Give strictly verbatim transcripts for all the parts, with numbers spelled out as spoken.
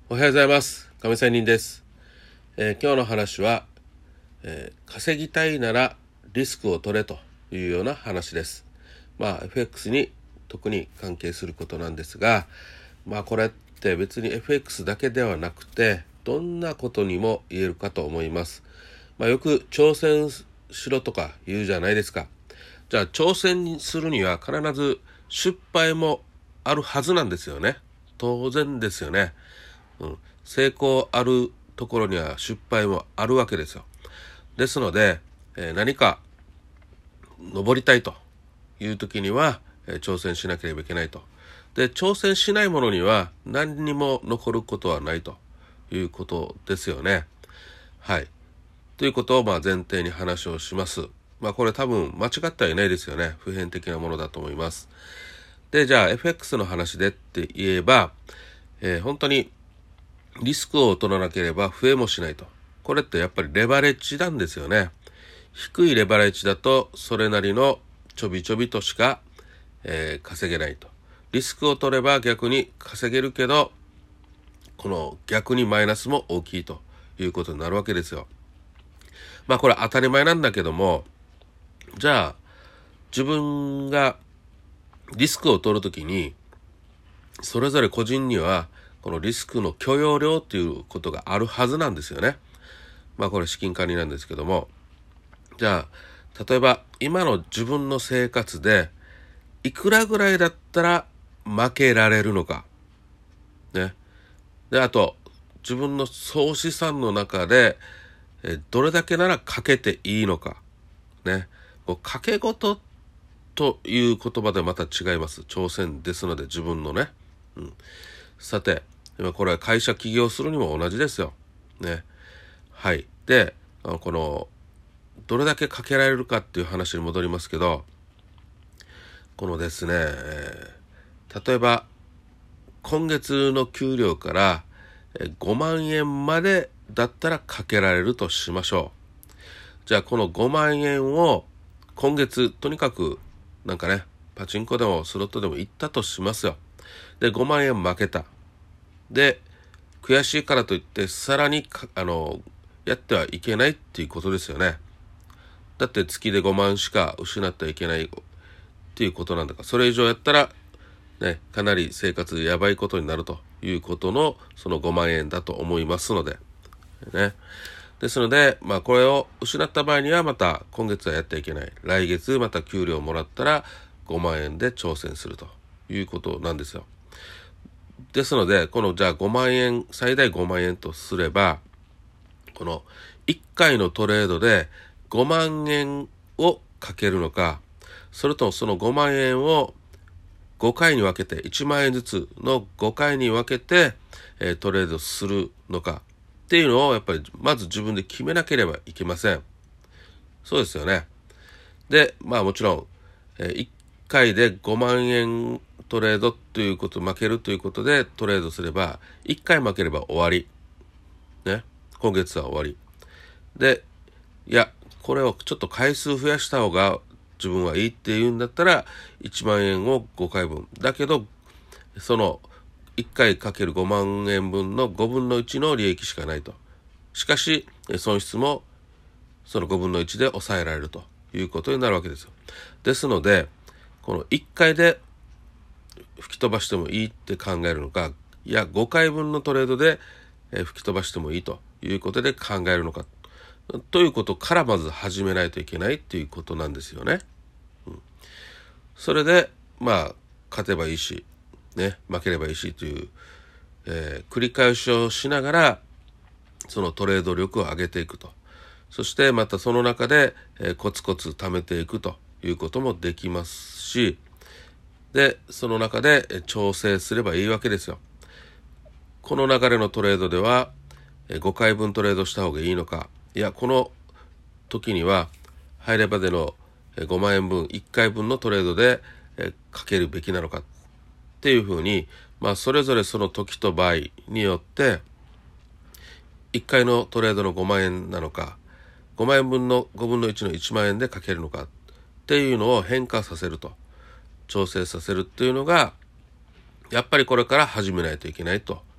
おはようございます。亀仙人です。えー今日の話は、えー稼ぎたいならリスクを取れというような話です。まあ エフエックス に特に関係することなんですが、まあこれって別に エフエックス だけではなくて、どんなことにも言えるかと思います。まあよく挑戦しろとか言うじゃないですか。じゃあ挑戦するには必ず失敗もあるはずなんですよね。当然ですよね。うん、成功あるところには失敗もあるわけですよ。ですので、えー何か登りたいという時には、えー挑戦しなければいけないと。で、挑戦しないものには何にも残ることはないということですよね。はい。ということをまあ前提に話をします。まあこれ多分間違ってはいないですよね。普遍的なものだと思います。で、じゃあ エフエックス の話でって言えば、えー本当にリスクを取らなければ増えもしないと。これってやっぱりレバレッジなんですよね。低いレバレッジだとそれなりのちょびちょびとしか、えー稼げないと。リスクを取れば逆に稼げるけど、この逆にマイナスも大きいということになるわけですよ。まあこれ当たり前なんだけども、じゃあ自分がリスクを取るときに、それぞれ個人にはこのリスクの許容量っていうことがあるはずなんですよね。まあこれ資金管理なんですけども、じゃあ例えば今の自分の生活でいくらぐらいだったら負けられるのかね。で、あと自分の総資産の中でえどれだけならかけていいのかね。こう賭け事という言葉でまた違います。挑戦ですので自分のね。うん、さて、今これは会社起業するにも同じですよ。ね。はい。で、あのこのどれだけかけられるかっていう話に戻りますけど、このですね、えー例えば今月の給料からえーごまんえんまでだったらかけられるとしましょう。じゃあこのごまんえんを今月とにかくなんかね、パチンコでもスロットでも行ったとしますよ。で、ごまんえん負けた。で、悔しいからといってさらにかあのやってはいけないっていうことですよね。だって月でごまんしか失ってはいけないっていうことなんだから、それ以上やったらね、かなり生活やばいことになるということのそのごまんえんだと思いますのでね。ですので、まあこれを失った場合にはまた今月はやってはいけない。来月また給料をもらったらごまんえんで挑戦するということなんですよ。ですので、このじゃあごまんえん、最大ごまんえんとすれば、このいっかいのトレードでごまんえんをかけるのか、それともそのごまんえんをごかいに分けて、いちまんえんずつのごかいに分けて、えートレードするのかっていうのをやっぱりまず自分で決めなければいけません。そうですよね。で、まあもちろん、えーいっかいでごまんえんトレードということ、負けるということでトレードすれば、いっかい負ければ終わり。ね。今月は終わり。で、いや、これをちょっと回数増やした方が自分はいいっていうんだったら、いちまんえんをごかいぶん。だけど、そのいっかいかけるごまんえんぶんのごぶんのいちの利益しかないと。しかし、損失もそのごぶんのいちで抑えられるということになるわけですよ。ですので、このいっかいで吹き飛ばしてもいいって考えるのか、いやごかいぶんのトレードで吹き飛ばしてもいいということで考えるのかということからまず始めないといけないっていうことなんですよね。うん、それでまあ勝てばいいし、ね、負ければいいしという、えー繰り返しをしながらそのトレード力を上げていくと。そしてまたその中で、えーコツコツ貯めていくということもできますし、でその中でえー調整すればいいわけですよ。この流れのトレードではえーごかいぶんトレードした方がいいのか、いやこの時には入ればでのえーごまんえんぶんいっかいぶんのトレードでえーかけるべきなのかっていうふうに、まあそれぞれその時と場合によっていっかいのトレードのごまんえんなのか、ごまんえんぶんのごぶんのいちのいちまんえんでかけるのかっていうのを変化させると、調整させるっていうのがやっぱりこれから始めないといけないと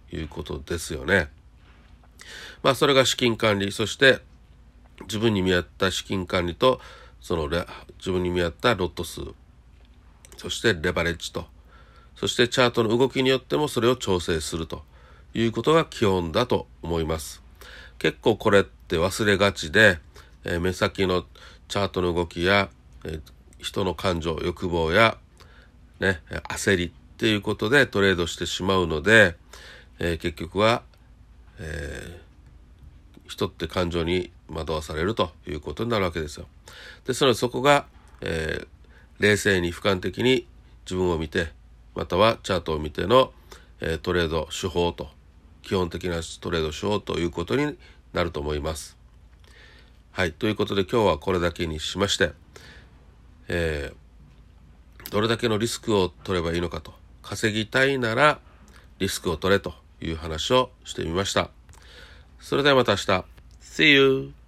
いうことですよね。まあそれが資金管理、そして自分に見合った資金管理とそのレ自分に見合ったロット数、そしてレバレッジと、そしてチャートの動きによってもそれを調整するということが基本だと思います。結構これって忘れがちで、えー、目先のチャートの動きや、えー、人の感情、欲望や、ね、焦りっていうことでトレードしてしまうので、えー、結局は、えー、人って感情に惑わされるということになるわけですよ。ですのでそこが、えー、冷静に俯瞰的に自分を見て、またはチャートを見ての、えー、トレード手法と、基本的なトレード手法ということになると思います。はい、ということで今日はこれだけにしまして、えー、どれだけのリスクを取ればいいのかと、稼ぎたいならリスクを取れという話をしてみました。それではまた明日。See you!